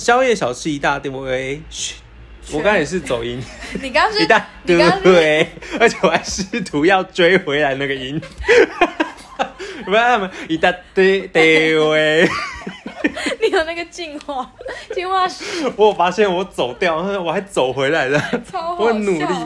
宵夜小吃一大堆。我刚才也是走音， 你刚刚是一大堆，而且我还试图要追回来那个音，不然他们一大堆喂。 你有那个进化史， 我发现我走掉，我还走回来了， 超好笑， 我很努力。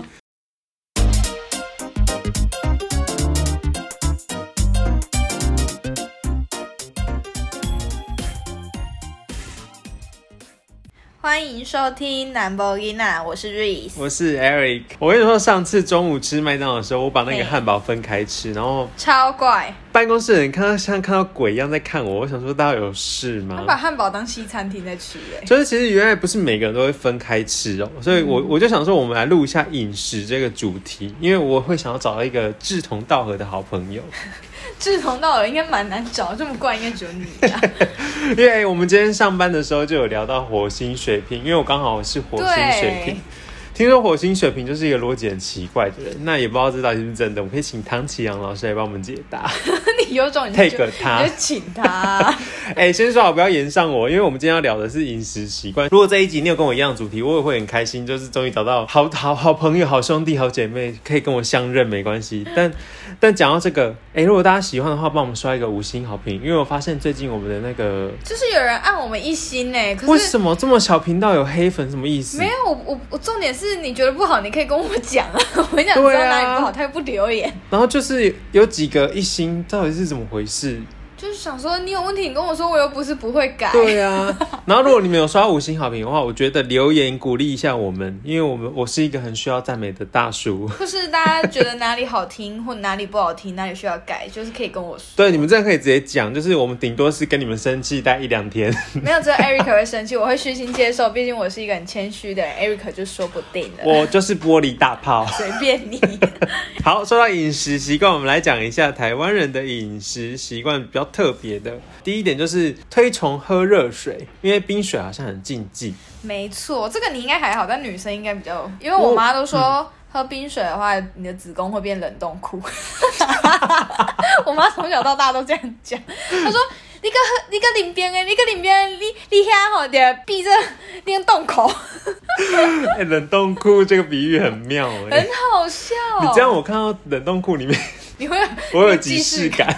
欢迎收听南波伊娜，我是 Reese， 我是 Eric。我跟你说，上次中午吃麦当劳的时候，我把那个汉堡分开吃，然后超怪， 办公室的人像看到鬼一样在看我。我想说，大家有事吗？ 他把汉堡当西餐厅在吃就是其实原来不是每个人都会分开吃哦，所以我就想说，我们来录一下饮食这个主题，因为我会想要找到一个志同道合的好朋友。 志同道合应该蛮难找，这么怪应该只有你啊。 因为我们今天上班的时候就有聊到火星水瓶，因为我刚好是火星水瓶。听说火星水瓶就是一个逻辑很奇怪的人，那也不知道这到底是不是真的。我们可以请唐启阳老师来帮我们解答。 你有种你就请他。 先说好不要延上我，因为我们今天要聊的是饮食习惯。如果这一集你有跟我一样的主题，我也会很开心，就是终于找到好朋友、好兄弟、好姐妹可以跟我相认，没关系。但讲到这个，如果大家喜欢的话，帮我们刷一个5星好评，因为我发现最近我们的那个就是有人按我们1星耶，可是为什么这么小频道有黑粉？什么意思？ 没有，我重点是你觉得不好，你可以跟我讲啊，我想知道哪里不好，他又不留言。 然后就是有几个1星，到底是怎么回事？ 就是想说你有问题，你跟我说，我又不是不会改。 对啊，然后如果你们有刷5星好评的话，我觉得留言鼓励一下我们，因为我是一个很需要赞美的大叔。 就是大家觉得哪里好听或哪里不好听，哪里需要改，就是可以跟我说。 对，你们这样可以直接讲，就是我们顶多是跟你们生气待1-2天。 没有，只有 Eric 会生气，我会虚心接受，毕竟我是一个很谦虚的人 ，Eric 就说不定了。 我就是玻璃大炮， 随便你。 好，说到饮食习惯，我们来讲一下台湾人的饮食习惯比较特别的。第一点就是推崇喝热水，因为冰水好像很禁忌。 没错，这个你应该还好，但女生应该比较，因为我妈都说喝冰水的话，你的子宫会变冷冻库。我妈从小到大都这样讲，她说你个淋冰的，你遐吼就闭着你个洞口。 冷冻库这个比喻很妙很好笑。 你这样我看到冷冻库里面，我有即视感。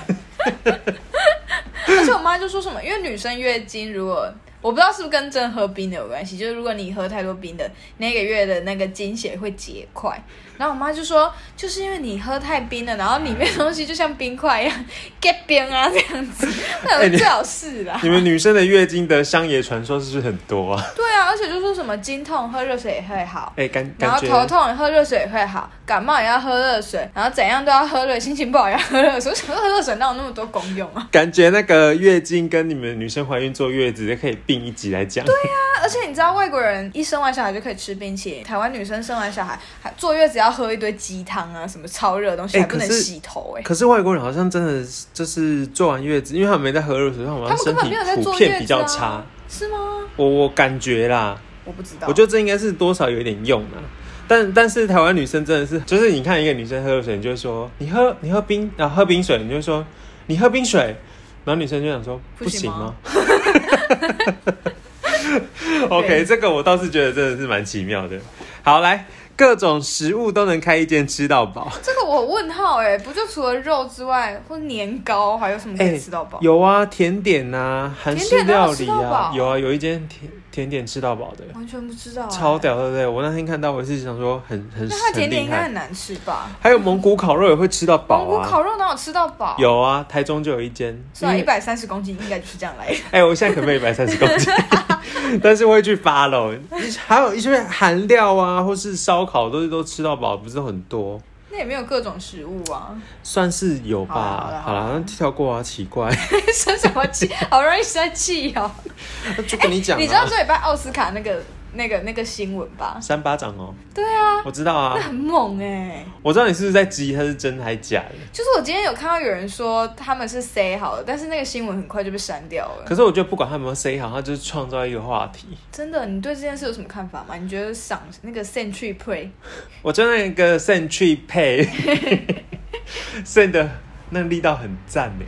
而且我妈就说什么，因为女生月经如果我不知道是不是跟真喝冰的有关系，就是如果你喝太多冰的，那个月的那个经血会结块。然后我妈就说，就是因为你喝太冰了，然后里面的东西就像冰块一样结冰啊这样子。最好是啦。 你们女生的月经的乡野传说是不是很多啊？ 对啊，而且就说什么经痛喝热水也会好，然后感觉头痛喝热水也会好，感冒也要喝热水，然后怎样都要喝热水，心情不好也要喝热水。我想说喝热水哪有那么多功用啊？ 感觉那个月经跟你们女生怀孕坐月子可以并一集来讲。 对啊，而且你知道外国人一生完小孩就可以吃冰淇淋，台湾女生生完小孩还坐月子要喝一堆鸡汤啊，什么超热的东西，还不能洗头。可是外国人好像真的就是坐完月子，因为他们没在喝热水，他们身体普遍比较差， 是吗？ 我感觉啦， 我不知道， 我觉得这应该是多少有一点用啊。但是台湾女生真的是，就是你看一个女生喝热水，你就会说你喝冰，然后喝冰水，你就会说你喝冰水，然后女生就想说不行吗？OK， 这个我倒是觉得真的是蛮奇妙的。好，来。各种食物都能开一间吃到饱，这个我问号不就除了肉之外，或年糕还有什么可以吃到饱？ 有啊，甜点啊，韩式料理啊，有啊，有一间甜点吃到饱的， 完全不知道超屌，对不对？我那天看到，我是想说很那它甜点应该很难吃吧？ 还有蒙古烤肉也会吃到饱啊， 蒙古烤肉哪有吃到饱？ 有啊，台中就有一间， 是啊，130公斤应该就是这样来的。 我现在可不可以130公斤？但是会去 follow， 还有一些韩料啊，或是烧烤都吃到饱，不是很多。 那也没有各种食物啊， 算是有吧。好啦，那跳过啊，奇怪。 生什么气？好容易生气哦。 就跟你讲， 你知道这礼拜奥斯卡那个新闻吧 ？3巴掌哦。 对啊， 我知道啊， 那很猛我知道你是不是在质疑它是真还假的？ 就是我今天有看到有人说他们是 say 好了，但是那个新闻很快就被删掉了。 可是我觉得不管他们有没有 say 好，他就是创造一个话题。 真的，你对这件事有什么看法吗？你觉得赏那个 Century Play？ 我觉得那个 Century Play ，Send 的那力道很赞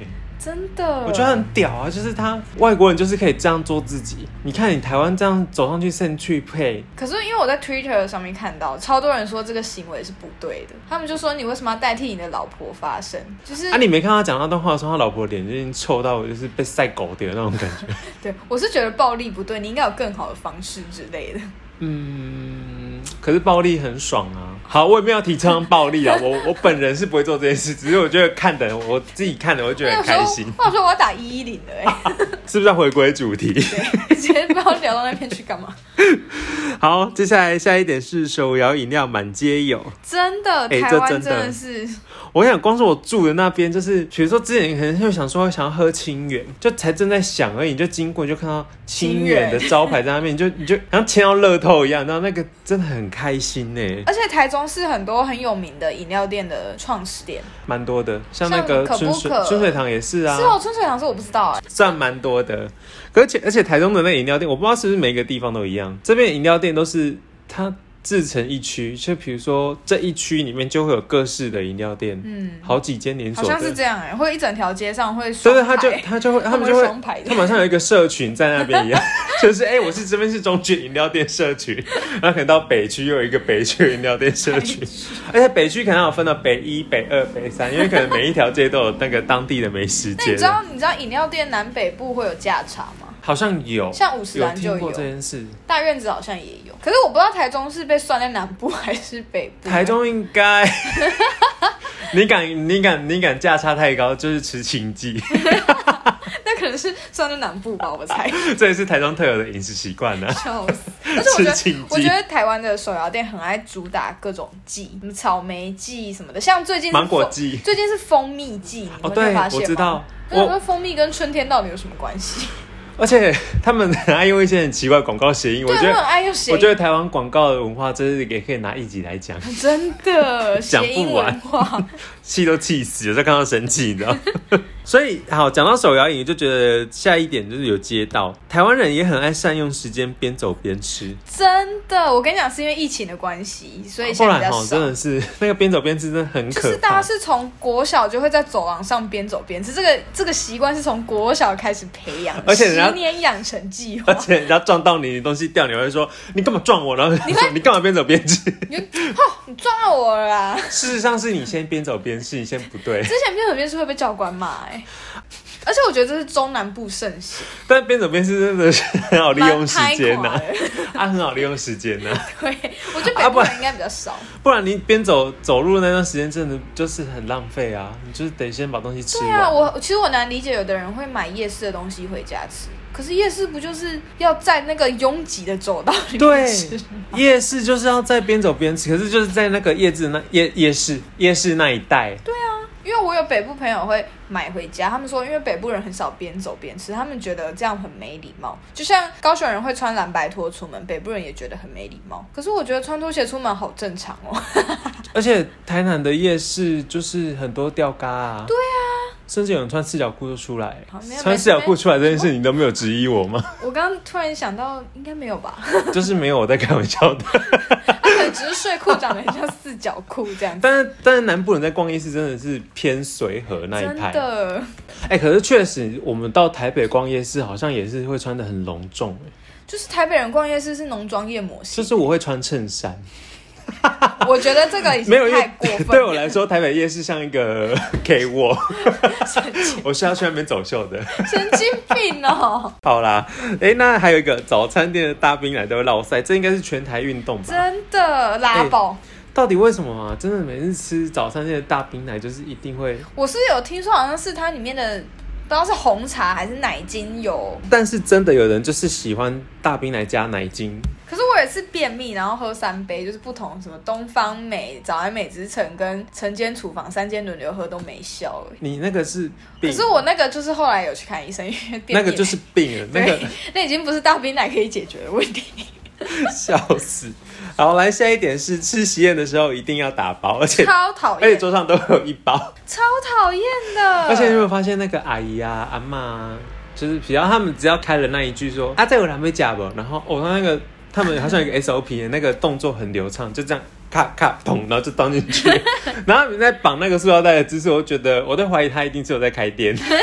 真的， 我觉得很屌啊！就是他外国人就是可以这样做自己。你看你台湾这样走上去先去配， 可是因为我在 Twitter 上面看到超多人说这个行为是不对的，他们就说你为什么要代替你的老婆发声？就是啊，你没看他讲那段话的时候，他老婆脸就已经臭到就是被晒狗的那种感觉。 对，我是觉得暴力不对，你应该有更好的方式之类的。 可是暴力很爽啊！好，我也没有提倡暴力啊，我本人是不会做这件事，只是我觉得看的我自己看的，我就觉得很开心。 我说我要打110的是不是要回归主题？ 对，直接不知道聊到那边去干嘛。 好，接下来下一点是手摇饮料满街有， 真的，台湾真的是。 我想光是我住的那边，就是比如说之前可能会想说想要喝清源，就才正在想而已，你就经过你就看到清源的招牌在那边，你就好像签到乐透一样，然后那个真的很开心耶。 而且台中是很多很有名的饮料店的创始店， 蛮多的，像那个春水堂也是啊。 是哦，春水堂是我不知道算蛮多的。而且台中的那个饮料店，我不知道是不是每个地方都一样，这边饮料店都是它自成一区，就比如说这一区里面就会有各式的饮料店，好几间连锁的， 好像是这样会一整条街上会双排， 对，他们就会双排，他们好像有一个社群在那边一样，就是我是这边是中区饮料店社群，然后可能到北区又有一个北区饮料店社群，而且北区可能有分到北1、北2、北3，因为可能每一条街都有那个当地的美食街。 那你知道饮料店南北部会有价差吗？ 好像有， 像50兰就有听过这件事， 大院子好像也有，可是我不知道台中是被算在南部还是北部。 台中应该，你敢价差太高，就是吃清记。 那可能是算在南部吧，我猜。 这也是台中特有的饮食习惯呢。 笑死！而且我觉得台湾的手摇店很爱主打各种季，什么草莓季什么的，像最近是芒果季， 最近是蜂蜜季，你们会发现吗？ 我知道。 我想说蜂蜜跟春天到底有什么关系？ 而且他们很爱用一些很奇怪的广告谐音，我觉得很爱用谐音。 我觉得台湾广告的文化真是也可以拿一集来讲， 真的讲不完，气都气死了，就看到生气，你知道。所以好，讲到手摇饮，就觉得下一点就是有街道，台湾人也很爱善用时间边走边吃。 真的，我跟你讲，是因为疫情的关系，所以现在比较少。 真的是那个边走边吃真的很可怕。 就是大家是从国小就会在走廊上边走边吃，这个习惯是从国小开始培养， 而且人家 10年养成计划。 而且人家撞到你，东西掉，你会说你干嘛撞我？然后你说你干嘛边走边吃？ 你撞到我了啦！ 事实上是你先边走边吃，你先不对。 之前边走边吃会被教官骂而且我觉得这是中南部盛行， 但边走边吃真的是很好利用时间呐，很好利用时间呐。 对，我觉得北部人应该比较少。 不然你边走路那段时间真的就是很浪费啊！你就是得先把东西吃完。 对啊，其实我难理解有的人会买夜市的东西回家吃，可是夜市不就是要在那个拥挤的走道里面吃吗？ 对，夜市就是要在边走边吃，可是就是在那个夜市那一带。 对啊。因为我有北部朋友会买回家，他们说因为北部人很少边走边吃，他们觉得这样很没礼貌。就像高雄人会穿蓝白拖出门，北部人也觉得很没礼貌。可是我觉得穿拖鞋出门好正常哦。 而且台南的夜市就是很多吊嘎啊。 对啊。 甚至有人穿四角裤就出来。穿四角裤出来这件事你都没有质疑我吗？ 我刚刚突然想到应该没有吧。 就是没有，我在开玩笑的。 可能只是睡裤长得很像四角裤这样子。 但是南部人在逛夜市真的是偏随和那一派。 真的。 可是确实我们到台北逛夜市好像也是会穿得很隆重。 就是台北人逛夜市是浓妆艳抹系。 就是我会穿衬衫。 我觉得这个已经太过分了。 对我来说，台北夜市像一个 K 窝，我是要去那边走秀的。 神经病哦！ 好啦，那还有一个早餐店的大冰奶都会落塞，这应该是全台运动吧？ 真的拉爆。 到底为什么啊？真的每次吃早餐店的大冰奶，就是一定会。 我是有听说，好像是它里面的不知道是红茶还是奶精有。 但是真的有人就是喜欢大冰奶加奶精。 可是我也是便秘，然后喝3杯，就是不同什么东方美、早安美之城跟晨间厨房3间轮流喝都没效。 你那个是病。 可是我那个就是后来有去看医生，因为便秘那个就是病了。 那已经不是大冰奶可以解决的问题。 笑死！好，来下一点是吃喜宴的时候一定要打包，而且超讨厌， 而且桌上都有1包， 超讨厌的。 而且你有没有发现那个阿姨啊、阿嬷啊，就是比较他们只要开了那一句说啊，这有人没夹不？然后那个他们好像有一个 SOP 的那个动作很流畅，就这样咔咔砰，然后就倒进去。然后你在绑那个塑料袋的姿势，我觉得我在怀疑他一定是有在开店。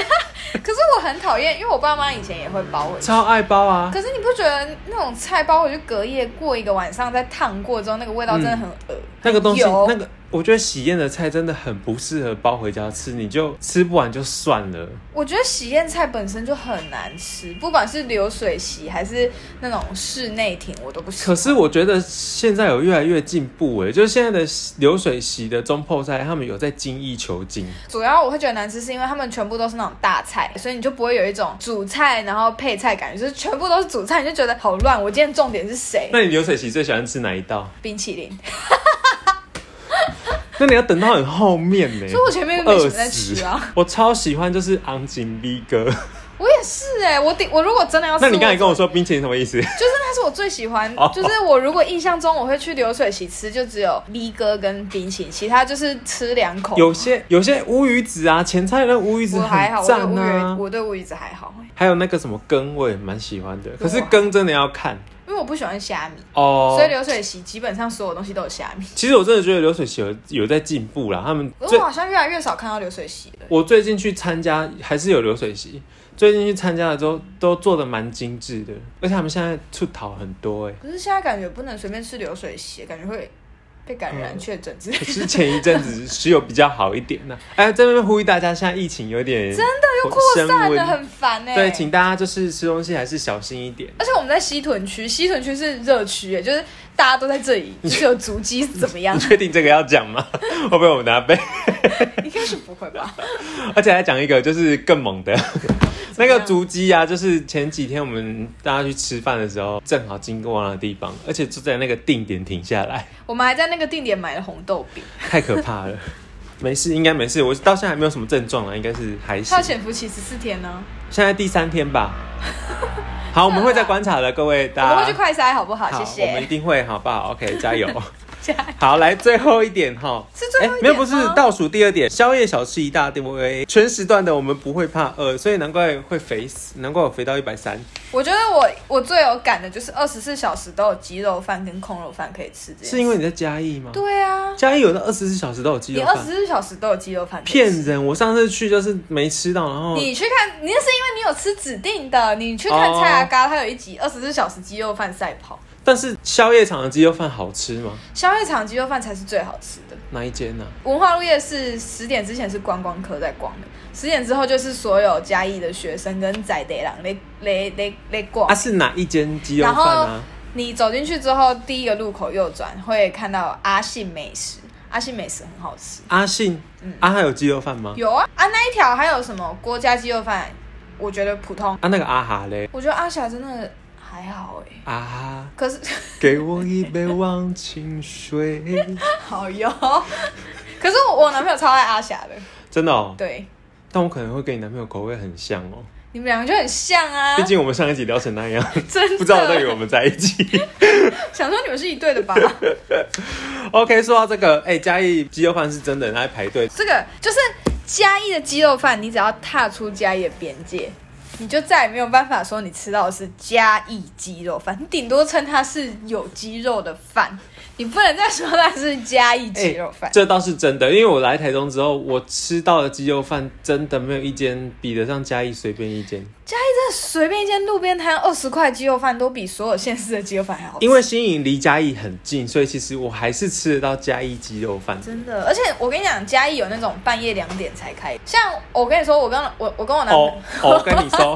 可是我很讨厌，因为我爸妈以前也会包回去， 超爱包啊。 可是你不觉得那种菜包回去隔夜过一个晚上再烫过之后，那个味道真的很恶？ 那个东西， 油那个我觉得喜宴的菜真的很不适合包回家吃，你就吃不完就算了。 我觉得喜宴菜本身就很难吃，不管是流水席还是那种室内亭，我都不喜欢。 可是我觉得现在有越来越进步就是现在的流水席的中泡菜，他们有在精益求精。 主要我会觉得难吃，是因为他们全部都是那种大菜，所以你就不会有一种主菜然后配菜感觉，就是全部都是主菜，你就觉得好乱。我今天重点是谁？ 那你流水席最喜欢吃哪一道？ 冰淇淋。 那你要等到很后面呢， 所以我前面没什么在吃啊。 我超喜欢就是昂金 B 哥。 我也是我如果真的要吃， 那你刚才跟我说冰淇淋什么意思？ 就是那是我最喜欢，就是我如果印象中我会去流水席吃，就只有 B 哥跟冰淇淋，其他就是吃2口。 有些乌鱼子啊，前菜的乌鱼子很赞啊。 我对乌鱼子还好。 还有那个什么羹，我也蛮喜欢的，可是羹真的要看。 因为我不喜欢虾米所以流水席基本上所有东西都有虾米。 其实我真的觉得流水席有在进步啦，他们我好像越来越少看到流水席了。 我最近去参加还是有流水席，最近去参加的时候都做的蛮精致的，而且他们现在出逃很多可是现在感觉不能随便吃流水席，感觉会被感染确诊之类的。 可是前一阵子是有比较好一点在这边呼吁大家，现在疫情有点真的又扩散了，很烦对，请大家就是吃东西还是小心一点。 而且我们在西屯区是热区就是大家都在这里，就是有足迹是怎么样？ 你确定这个要讲吗？会不会我们拿背？ 应该是不会吧。 而且还讲一个就是更猛的。那个足迹啊，就是前几天我们大家去吃饭的时候，正好经过那个地方，而且就在那个定点停下来。 我们还在那个定点买了红豆饼， 太可怕了。没事，应该没事。我到现在还没有什么症状应该是还行。 它潜伏期14天呢， 现在第3天吧。好，我们会再观察的，各位大家。 我们会去快筛，好不好？谢谢。 我们一定会，好不好 ？OK， 加油。好，来最后一点是最后一点吗？ 没有，不是倒数第2点，宵夜小吃一大堆，全时段的我们不会怕饿，所以难怪会肥死，难怪我肥到130。 我觉得我最有感的就是24小时都有鸡肉饭跟控肉饭可以吃， 是因为你在嘉义吗？ 对啊， 嘉义有的24小时都有鸡肉饭， 你24小时都有鸡肉饭， 骗人！我上次去就是没吃到，然后你去看，你那是因为你有吃指定的，你去看蔡阿嘎，他有一集24小时鸡肉饭赛跑。 但是宵夜场的鸡肉饭好吃吗？ 宵夜场鸡肉饭才是最好吃的。 哪一间呢？ 文化路夜市10点之前是观光客在逛的，10点之后就是所有嘉义的学生跟在地人来逛。 是哪一间鸡肉饭啊？然后你走进去之后，第一个路口右转会看到阿信美食，阿信美食很好吃。 阿信，还有鸡肉饭吗？ 有啊，那一条还有什么郭家鸡肉饭？我觉得普通。 那个阿哈嘞？ 我觉得阿霞真的还好可是给我一杯忘情水。 好哟。可是我男朋友超爱阿霞的。真的哦？ 对。 但我可能会跟你男朋友口味很像哦。 你们两个就很像啊。 毕竟我们上一集聊成那样。 真的。 不知道我都以为我们在一起。 想说你们是一对的吧。 OK， 说到这个，嘉义鸡肉饭是真的人在排队。 这个就是嘉义的鸡肉饭，你只要踏出嘉义的边界，你就再也没有办法说你吃到的是嘉义鸡肉饭，你顶多称它是有鸡肉的饭，你不能再说它是嘉义鸡肉饭。 这倒是真的，因为我来台中之后，我吃到的鸡肉饭真的没有一间比得上嘉义随便一间。 嘉义真的随便一间路边摊20块鸡肉饭都比所有县市的鸡肉饭还好吃。 因为新营离嘉义很近，所以其实我还是吃得到嘉义鸡肉饭。 真的，而且我跟你讲，嘉义有那种半夜2点才开，像我跟你说，我跟我男朋友， 我跟你说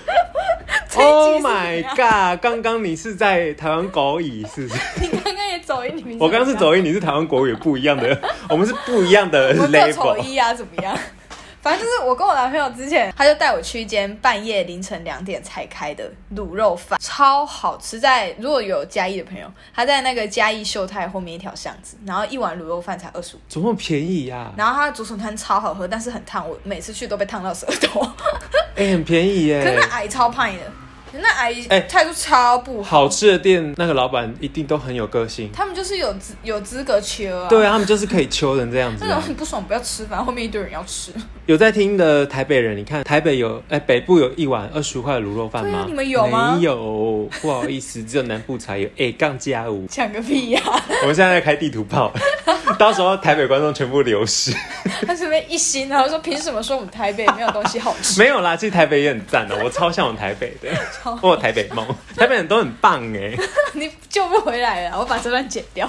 ，Oh my god！ 刚刚你是在台湾国语是不是？ 你刚刚也走音，你我刚刚是走音，你是台湾国语，不一样的，我们是不一样的 level。 我们走一啊，怎么样？反正就是我跟我男朋友之前，他就带我去一间半夜凌晨2点才开的卤肉饭，超好吃。如果有嘉义的朋友，他在那个嘉义秀泰后面一条巷子，然后一碗卤肉饭才25， 怎么那么便宜呀？ 然后他的竹笋汤超好喝，但是很烫，我每次去都被烫到舌头。 很便宜耶。 可是那矮超胖的。 那阿姨态度超不好。 好吃的店那个老板一定都很有个性， 他们就是有资格求啊。 对啊，他们就是可以求人这样子、啊。 那种很不爽，不要吃饭，后面一堆人要吃。 有在听的台北人，你看台北北部有一碗25块的卤肉饭吗？ 对啊，你们有吗？ 没有，不好意思，只有南部才有。+5， 抢个屁呀、 我们现在在开地图炮，到时候台北观众全部流失。 他这边一心，然后说凭什么说我们台北没有东西好吃？ 没有啦，其实台北也很赞的，我超向往台北的，我有台北梦，台北人都很棒哎。 你救不回来了，我把这段剪掉。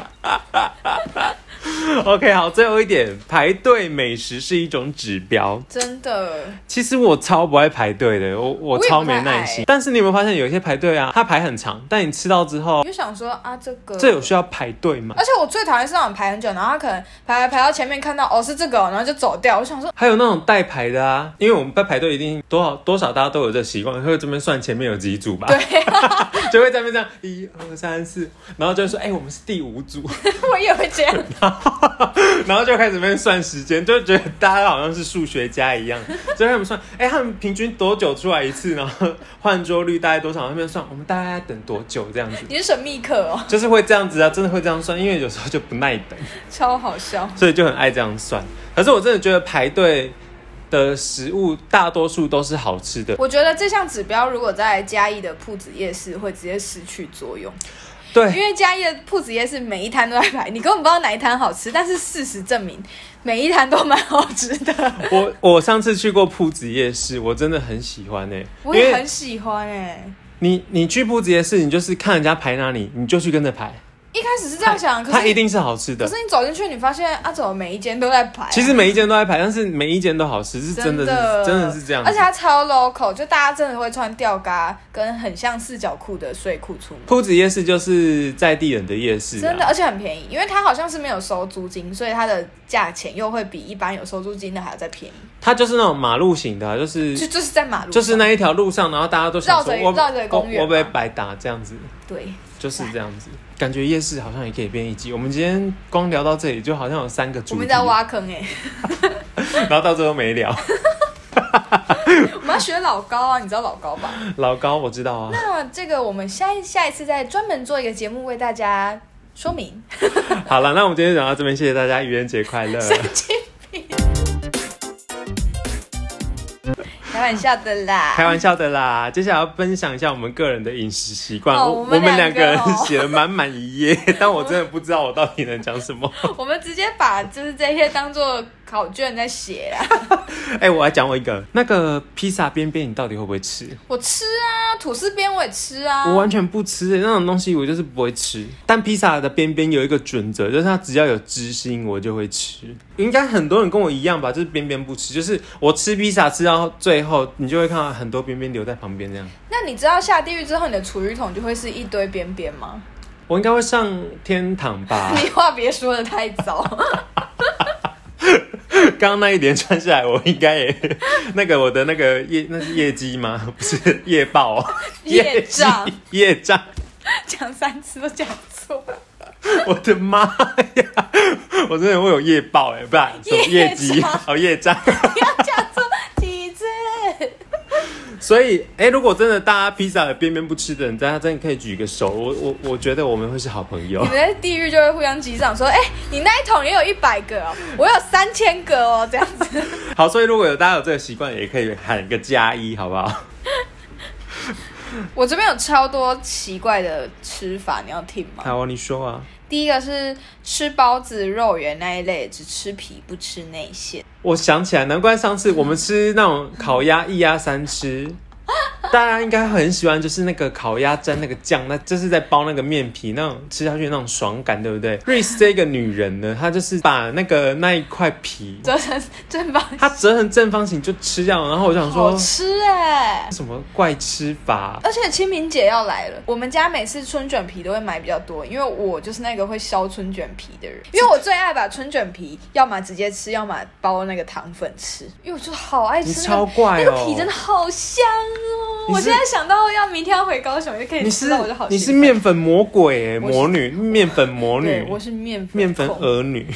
OK， 好，最后一点，排队美食是一种指标。 真的， 其实我超不爱排队的，我超没耐心。但是你有没有发现，有一些排队啊，它排很长，但你吃到之后， 你就想说啊， 这有需要排队吗？ 而且我最讨厌是那种排很久，然后他可能排到前面看到是这个、然后就走掉。我想说， 还有那种代排的啊，因为我们在排队一定多少大家都有这习惯，会这边算前面有几组吧？ 对、 就会在那边这样1、2、3、4，然后就会说，我们是第5组。 我也会这样。 然后就开始在那边算时间，就觉得大家好像是数学家一样，就他们算，他们平均多久出来一次，然后换桌率大概多少，那边算我们大概要等多久这样子。 你是神秘客哦？ 就是会这样子啊，真的会这样算，因为有时候就不耐等， 超好笑， 所以就很爱这样算。可是我真的觉得排队的食物大多数都是好吃的。 我觉得这项指标如果在嘉义的朴子夜市会直接失去作用。 对， 因为嘉义的朴子夜市每一摊都在排，你根本不知道哪一摊好吃，但是事实证明每一摊都蛮好吃的。 我上次去过朴子夜市，我真的很喜欢我也很喜欢你去朴子夜市，你就是看人家排哪里，你就去跟着排。 一开始是这样想，可是它一定是好吃的。 可是你走进去，你发现怎么每一间都在排？ 其实每一间都在排，但是每一间都好吃，是真的是这样子。 而且它超 local， 就大家真的会穿吊嘎跟很像四角裤的睡裤出门。 朴子夜市就是在地人的夜市， 真的，而且很便宜，因为它好像是没有收租金，所以它的价钱又会比一般有收租金的还要再便宜。 它就是那种马路型的、就是在马路上， 就是那一条路上，然后大家都想说绕着公园， 我被白打这样子。 对， 就是这样子。感觉夜市好像也可以变一集。我们今天光聊到这里，就好像有3个主题。 我们在挖坑然后到最后没聊。 我们要学老高啊，你知道老高吧？ 老高我知道啊。 那这个我们下一次再专门做一个节目为大家说明。 好了，那我们今天讲到这边，谢谢大家，愚人节快乐。 神经病。开玩笑的啦， 开玩笑的啦。接下来要分享一下我们个人的饮食习惯。 我们2个人写了满满1页，但我真的不知道我到底能讲什么。 我们直接把就是这些当做考卷在写啦。 我还讲我一个，那个披萨边边你到底会不会吃？ 我吃啊，吐司边我也吃啊。 我完全不吃那种东西，我就是不会吃。但披萨的边边有一个准则，就是它只要有芝心我就会吃。应该很多人跟我一样吧，就是边边不吃，就是我吃披萨吃到最后，你就会看到很多边边留在旁边这样。 那你知道下地狱之后你的厨余桶就会是一堆边边吗？ 我应该会上天堂吧。 你话别说的太早。 刚刚那一连串下来，我应该也那个我的那个那是业绩吗？不是业报哦， 业障， 业障， 讲3次都讲错了。 我的妈呀！我真的会有业报不然什么业绩业障。 不要讲错几次。 所以如果真的大家披萨的边边不吃的人，大家真的可以举个手，我觉得我们会是好朋友。 你们在地狱就会互相击掌说，你那一桶也有100个哦，我有3000个哦，这样子。 好，所以如果大家有这个习惯，也可以喊个+1，好不好？ 我这边有超多奇怪的吃法，你要听吗？ 好，你说啊。 第一个是吃包子、肉圆那一类，只吃皮不吃内馅。 我想起来，难怪上次我们吃那种烤鸭1鸭3吃，大家应该很喜欢，就是那个烤鸭沾那个酱，那就是在包那个面皮，那种吃下去那种爽感，对不对？瑞斯这个女人呢，她就是把那一块皮折成正方形， 她折成正方形就吃掉，然后我想说， 好吃什么怪吃法？ 而且清明节要来了，我们家每次春卷皮都会买比较多，因为我就是那个会削春卷皮的人，因为我最爱把春卷皮要么直接吃，要么包那个糖粉吃，因为我就好爱吃你超怪那个皮真的好香哦！我现在想到明天要回高雄就可以吃到，我就好。 你是面粉魔鬼魔女，面粉魔女， 对，我是面粉儿女。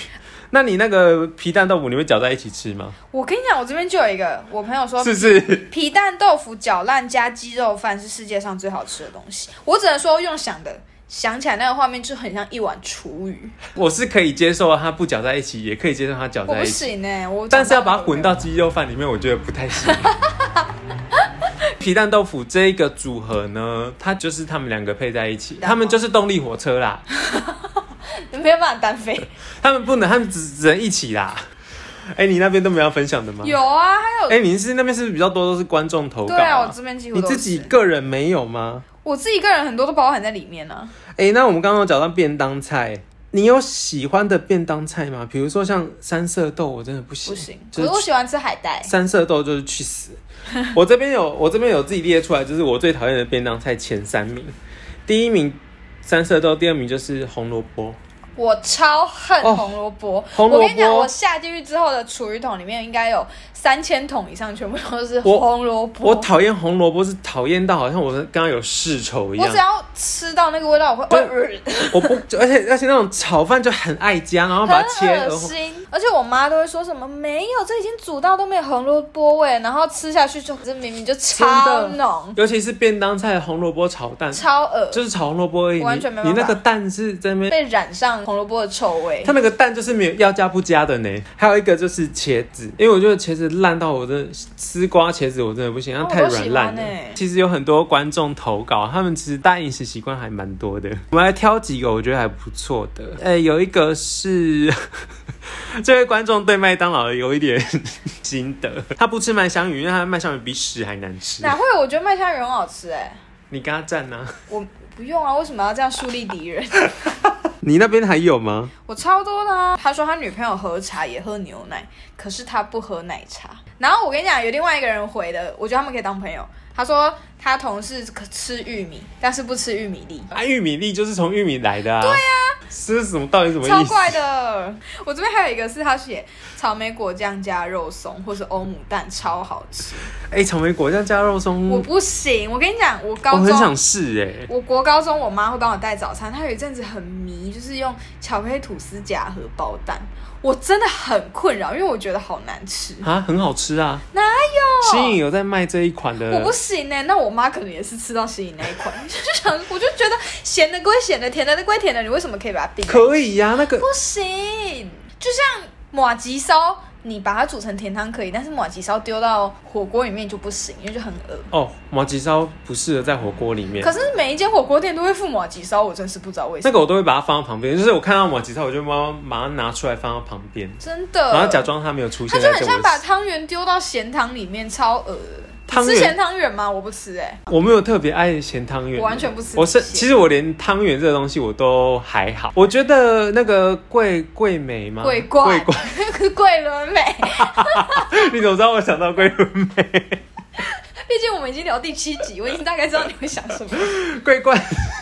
那你那个皮蛋豆腐你会搅在一起吃吗？ 我跟你讲，我这边就有一个，我朋友说是皮蛋豆腐搅烂加鸡肉饭是世界上最好吃的东西。我只能说用想起来那个画面就很像一碗厨余。 我是可以接受它不搅在一起，也可以接受它搅在一起。 我不行我但是要把它混到鸡肉饭里面，我觉得不太行。皮蛋豆腐这一个组合呢，它就是他们两个配在一起，他们就是动力火车啦。 没有办法单飞， 他们不能，他们只能一起啦。你那边都没有要分享的吗？ 有啊，还有。 你那边是不是比较多都是观众投稿？ 对啊，我这边几乎都是。 你自己个人没有吗？ 我自己个人很多都包含在里面啊。 那我们刚刚有讲到便当菜，你有喜欢的便当菜吗？比如说像三色豆，我真的不行。 不行，可是我喜欢吃海带。 三色豆就是去死。我这边有自己列出来，就是我最讨厌的便当菜前3名。第1名三色豆，第2名就是红萝卜。 我超恨红萝卜。我跟你讲，我下进去之后的厨余桶里面应该有3000桶以上，全部都是红萝卜。 我讨厌红萝卜是讨厌到好像我刚刚有世仇一样。 我只要吃到那个味道，我不，而且那种炒饭就很爱加，然后把它切很恶心。而且我妈都会说什么没有，这已经煮到都没有红萝卜味，然后吃下去就这明明就超浓。 尤其是便当菜的红萝卜炒蛋， 超恶， 就是炒红萝卜而已。 完全没办法。 你那个蛋是在那边被染上红萝卜的臭味。 它那个蛋就是没有要加不加的呢。还有一个就是茄子，因为我觉得茄子烂到我真的丝瓜茄子我真的不行，它太软烂了。其实有很多观众投稿，他们其实大家饮食习惯还蛮多的。我们来挑几个我觉得还不错的。有一个是这位观众对麦当劳有一点心得，他不吃麦香鱼，因为他的麦香鱼比屎还难吃。 哪会？我觉得麦香鱼很好吃你跟他站啊？ 我不用啊，为什么要这样树立敌人？ 你那边还有吗？ 我超多的啊。他说他女朋友喝茶也喝牛奶，可是他不喝奶茶。然后我跟你讲，有另外一个人回的，我觉得他们可以当朋友。他说他同事吃玉米，但是不吃玉米粒。 玉米粒就是从玉米来的啊。 对啊， 这是什么？到底什么意思？ 超怪的。我这边还有一个是他写草莓果酱加肉松，或是欧姆蛋，超好吃。 草莓果酱加肉松， 我不行。我跟你讲，我很想试我国高中我妈会帮我带早餐，她有一阵子很迷，就是用巧克力吐司夹荷包蛋。我真的很困扰，因为我觉得好难吃啊，很好吃啊！ 哪有？ 新颖有在卖这一款的， 我不行那我妈可能也是吃到新颖那一款，我就觉得咸的归咸的，甜的归甜的，你为什么可以把它并？ 可以呀，那个不行，就像麻吉烧。你把它煮成甜汤可以，但是麻吉烧丢到火锅里面就不行，因为就很恶。 麻吉烧不适合在火锅里面。 可是每一间火锅店都会附麻吉烧，我真是不知道为什么。 那个我都会把它放到旁边，就是我看到麻吉烧，我就马上拿出来放到旁边， 真的。 然后假装它没有出现。 它就很像把汤圆丢到咸汤里面，超恶的。吃咸汤圆吗？我不吃我没有特别爱咸汤圆， 我完全不吃。 其实我连汤圆这个东西我都还好。我觉得那个桂美吗？ 桂纶镁。 你怎么知道我想到桂纶镁？ 毕竟我们已经聊第7集，我已经大概知道你会想什么。 桂冠，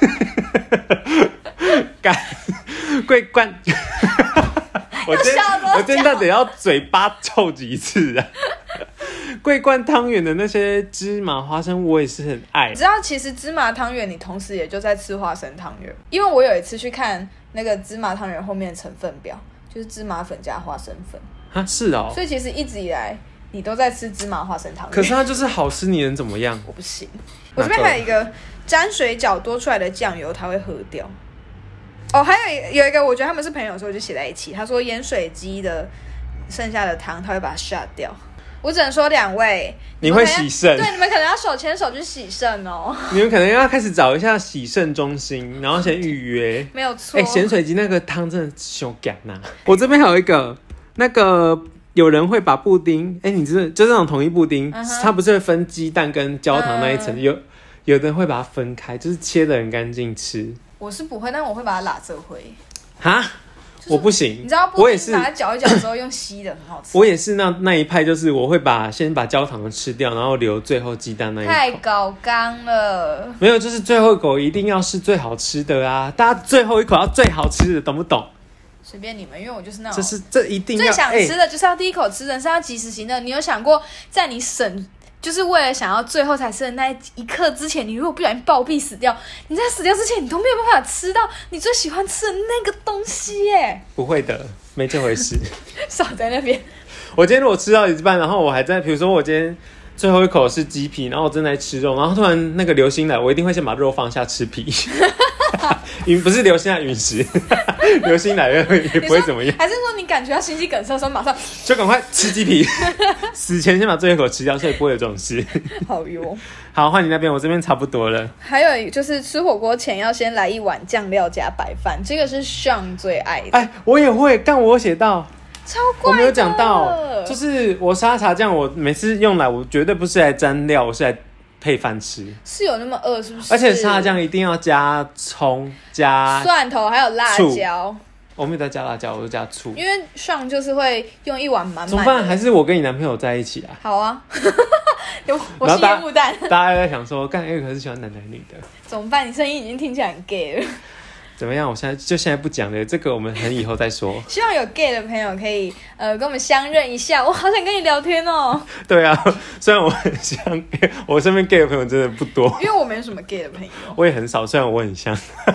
桂冠。我今天到底要嘴巴臭几次啊？桂冠汤圆的那些芝麻花生我也是很爱。 你知道其实芝麻汤圆你同时也就在吃花生汤圆，因为我有一次去看那个芝麻汤圆后面的成分表，就是芝麻粉加花生粉啊，是哦。 所以其实一直以来你都在吃芝麻花生汤圆。 可是它就是好吃，你能怎么样？ 我不行。我这边还有一个沾水饺多出来的酱油它会喝掉。还有一个我觉得他们是朋友的时候就写在一起，他说盐水鸡的剩下的汤他会把它下掉。我只能说2位你会洗肾， 对，你们可能要手牵手去洗肾哦。 你们可能要开始找一下洗肾中心，然后先预约。 没有错。 咸水鸡那个汤真的凶干呐！我这边还有一个，那个有人会把布丁，你知道就这种统一布丁，它不是会分鸡蛋跟焦糖那一层，有的人会把它分开，就是切得很干净吃。我是不会，但我会把它拉这回。 哈？我不行， 你知道布丁把它搅一搅之后用吸的很好吃。 我也是那一派，就是我会先把焦糖吃掉，然后留最后鸡蛋那一口。 太搞纲了。 没有，就是最后一口一定要是最好吃的啊！大家最后一口要最好吃的，懂不懂？ 随便你们，因为我就是那种这一定要最想吃的就是要第一口吃的，是要及时行乐。你有想过，在你就是为了想要最后才吃的那一刻之前，你如果不小心暴毙死掉，你在死掉之前，你都没有办法吃到你最喜欢吃的那个东西耶。 不会的， 没这回事。 少在那边。 我今天如果吃到一半，然后我还在，比如说我今天最后一口是鸡皮，然后我正在吃肉，然后突然那个流星来，我一定会先把肉放下吃皮。不是流星来陨石，流星来也不会怎么样。 还是说你感觉到心肌梗塞的时候，马上就赶快吃鸡皮，死前先把最后一口吃掉，所以不会有这种事。 好哟。 好，换你那边，我这边差不多了。 还有就是吃火锅前要先来一碗酱料加白饭，这个是 Sean 最爱的。 哎，我也会，但我有写到。 超怪的， 我没有讲到，就是我沙茶酱，我每次用来，我绝对不是来沾料，我是来配饭吃。 是有那么饿是不是？ 而且沙茶酱一定要加葱、加蒜头，还有辣椒。 我没有再加辣椒，我就加醋。 因为上就是会用一碗满满的。 怎么办？还是我跟你男朋友在一起啊？ 好啊，我是烟雾弹。 大家在想说，干可是喜欢男的女的？ 怎么办？你声音已经听起来很 gay 了。 怎么样？我现在不讲了，这个我们很以后再说。 希望有 gay 的朋友可以跟我们相认一下，我好想跟你聊天哦。 对啊，虽然我很像 gay， 我身边 gay 的朋友真的不多， 因为我没什么 gay 的朋友。 我也很少，虽然我很像。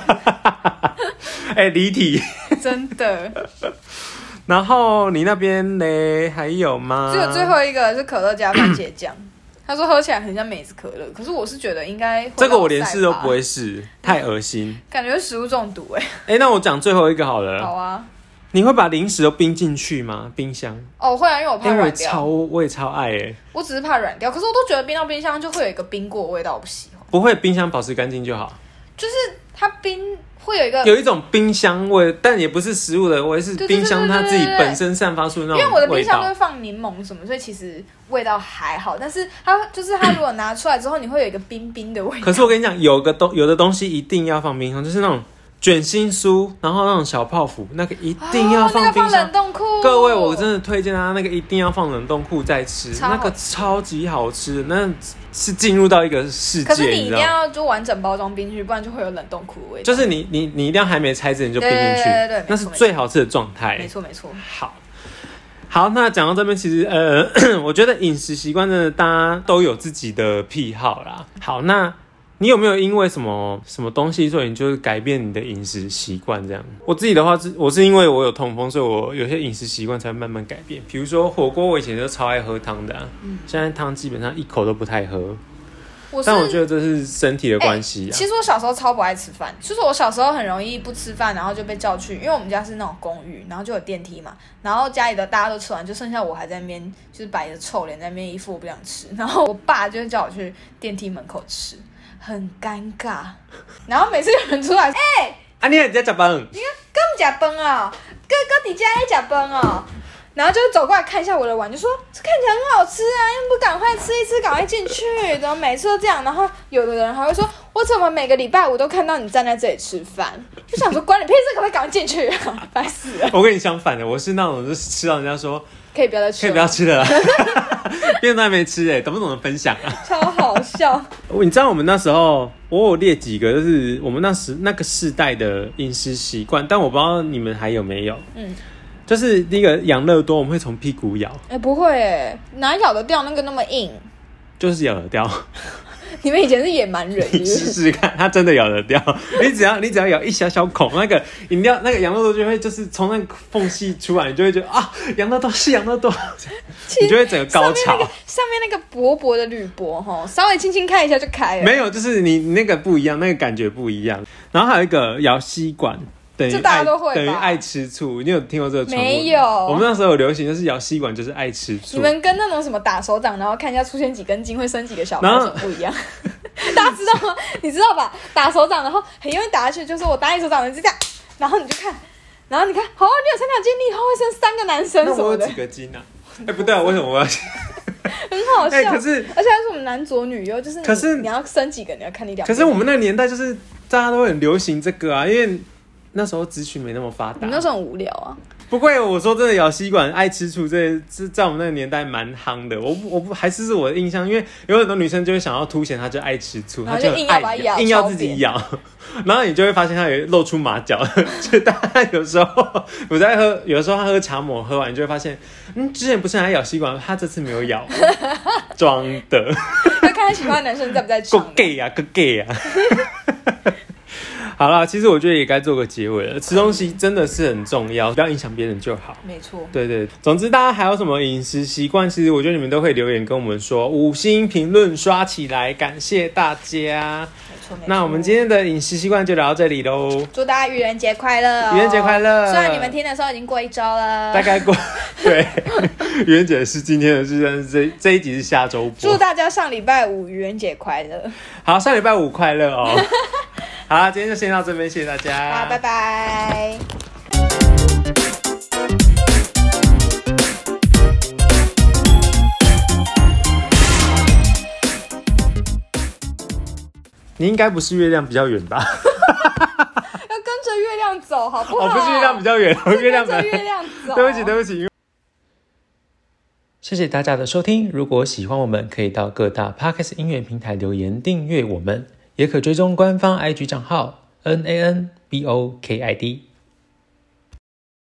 哎，离题。 真的。 然后你那边呢？还有吗？ 只有最后一个是可乐加番茄酱。他说喝起来很像梅子可乐，可是我是觉得应该这个我连试都不会试，太恶心， 感觉是食物中毒那我讲最后一个好了。 好啊。 你会把零食都冰进去吗？冰箱？ 哦，会啊，因为我怕软掉。 我也超爱我只是怕软掉，可是我都觉得冰到冰箱就会有一个冰过的味道，我不喜欢。 不会，冰箱保持干净就好。 就是它冰会有一种冰箱味，但也不是食物的味，是冰箱它自己本身散发出那种味道。 因为我的冰箱都会放柠檬什么，所以其实味道还好。但是它如果拿出来之后，你会有一个冰冰的味道。 可是我跟你讲，有的东西一定要放冰箱，就是那种卷心酥，然后那种小泡芙，那个一定要放冰箱。 那个放冷冻库。 各位，我真的推荐他那个一定要放冷冻库再吃，那个超级好吃，那是进入到一个世界。 可是你一定要就完整包装冰进去，不然就会有冷冻库的味道。 就是你一定要还没拆之前就冰进去， 对， 那是最好吃的状态。 没错没错。 好，那讲到这边，其实我觉得饮食习惯真的大家都有自己的癖好啦。好，那你有没有因为什么东西，所以你就是改变你的饮食习惯这样？我自己的话我是因为我有痛风，所以我有些饮食习惯才会慢慢改变。比如说火锅，我以前就超爱喝汤的现在汤基本上一口都不太喝。但我觉得这是身体的关系其实我小时候超不爱吃饭，就是我小时候很容易不吃饭，然后就被叫去，因为我们家是那种公寓，然后就有电梯嘛，然后家里的大家都吃完，就剩下我还在那边就是摆着臭脸在那边一副我不想吃，然后我爸就会叫我去电梯门口吃，很尴尬。然后每次有人出来， 你还在吃饭？ 你看跟我们吃饭啊，哥在家在吃饭啊。然后就走过来看一下我的碗，就说这看起来很好吃啊，又不赶快吃一吃，赶快进去，怎么每次都这样？然后有的人还会说，我怎么每个礼拜五都看到你站在这里吃饭？就想说关你屁事，可不可以赶快进去啊？烦死了！ 我跟你相反的，我是那种就是吃到人家说可以不要再吃， 可以不要吃了啦，便当还没吃懂不懂得分享啊？ 超好笑！ 你知道我们那时候我有列几个，就是我们那个世代的饮食习惯，但我不知道你们还有没有。就是第一个养乐多，我们会从屁股咬。 不会哪咬得掉那个那么硬？ 就是咬得掉。 你们以前是野蛮人， 你试试看，它真的咬得掉。你只要咬一小小孔，那个饮料那个养乐多就会就是从那个缝隙出来，你就会觉得啊，养乐多是养乐多，你就会整个高潮。 上面那个薄薄的铝箔稍微轻轻开一下就开了。 没有，就是你那个不一样，那个感觉不一样。然后还有一个咬吸管。 这大家都会吧？ 等于爱吃醋，你有听过这个传闻？ 没有。 我们那时候有流行，就是咬吸管就是爱吃醋。 你们跟那种什么打手掌，然后看一下出现几根筋会生几个小孩，什么不一样？大家知道吗？你知道吧？打手掌，然后很容易打下去，就是我打你手掌，你就这样，然后你就看，然后你看，你有3条筋，你以后会生3个男生什么的。 那我有几个筋啊？不对啊，为什么我要？ 很好笑。 可是而且还是我们男左女右，就是可是你要生几个，你要看你两。 可是我们那个年代就是大家都很流行这个啊，因为那时候资讯没那么发达。 你那时候很无聊啊。 不会，我说真的，咬吸管爱吃醋，这在我们那个年代蛮夯的。我不还是我的印象，因为有很多女生就会想要凸显她就爱吃醋，她就硬要把它咬， 硬要自己咬，然后你就会发现她有露出马脚。就大家有时候我在喝，有的时候她喝茶抹，喝完你就会发现，之前不是还咬吸管，她这次没有咬，装的。 要看她喜欢的男生在不在场。 够 gay 啊，够 gay 啊。 好啦，其实我觉得也该做个结尾了。吃东西真的是很重要，不要影响别人就好。 没错， 对对，总之大家还有什么饮食习惯，其实我觉得你们都可以留言跟我们说，5星评论刷起来，感谢大家。那我们今天的饮食习惯就聊到这里喽。 祝大家愚人节快乐！ 愚人节快乐！ 虽然你们听的时候已经过1周了， 大概过对，愚人节是今天的事，但是这一集是下周播。 祝大家上礼拜5愚人节快乐！ 好，上礼拜5快乐哦。好啦，今天就先到这边，谢谢大家。 好，拜拜。 你应该不是月亮比较远吧？ 要跟着月亮走，好不好？ 不是月亮比较远，月亮跟着月亮走。 对不起。谢谢大家的收听。如果喜欢我们，可以到各大 Podcast 音乐平台留言订阅我们，也可追踪官方 IG 账号 NANBOKID。